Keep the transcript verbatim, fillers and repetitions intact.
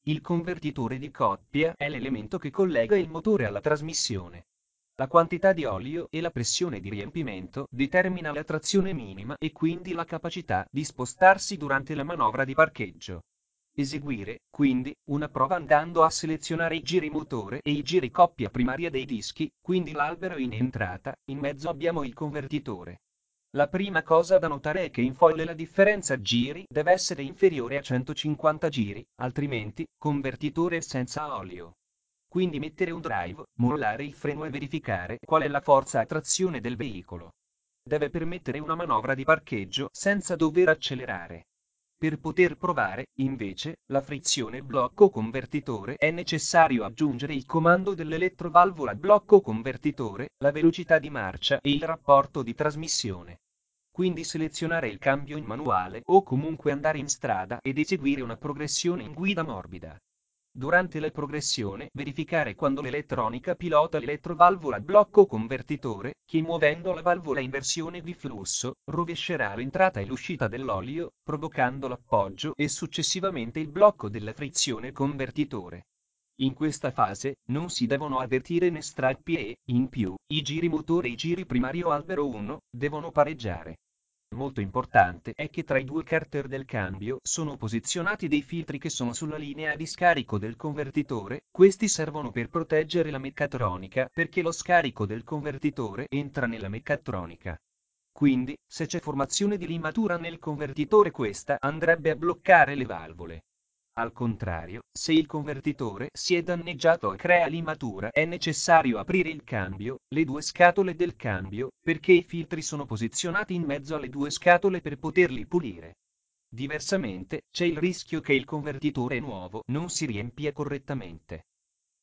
Il convertitore di coppia è l'elemento che collega il motore alla trasmissione. La quantità di olio e la pressione di riempimento determina la trazione minima e quindi la capacità di spostarsi durante la manovra di parcheggio. Eseguire, quindi, una prova andando a selezionare i giri motore e i giri coppia primaria dei dischi, quindi l'albero in entrata, in mezzo abbiamo il convertitore. La prima cosa da notare è che in foil la differenza giri deve essere inferiore a centocinquanta giri, altrimenti, convertitore senza olio. Quindi mettere un drive, mollare il freno e verificare qual è la forza a trazione del veicolo. Deve permettere una manovra di parcheggio senza dover accelerare. Per poter provare, invece, la frizione blocco convertitore è necessario aggiungere il comando dell'elettrovalvola blocco convertitore, la velocità di marcia e il rapporto di trasmissione. Quindi selezionare il cambio in manuale o comunque andare in strada ed eseguire una progressione in guida morbida. Durante la progressione, verificare quando l'elettronica pilota l'elettrovalvola blocco convertitore, che muovendo la valvola in versione di flusso, rovescerà l'entrata e l'uscita dell'olio, provocando l'appoggio e successivamente il blocco della frizione convertitore. In questa fase, non si devono avvertire né strappi e, in più, i giri motore e i giri primario albero uno, devono pareggiare. Molto importante è che tra i due carter del cambio sono posizionati dei filtri che sono sulla linea di scarico del convertitore, questi servono per proteggere la meccatronica perché lo scarico del convertitore entra nella meccatronica. Quindi, se c'è formazione di limatura nel convertitore questa andrebbe a bloccare le valvole. Al contrario, se il convertitore si è danneggiato e crea limatura, è necessario aprire il cambio, le due scatole del cambio, perché i filtri sono posizionati in mezzo alle due scatole per poterli pulire. Diversamente, c'è il rischio che il convertitore nuovo non si riempia correttamente.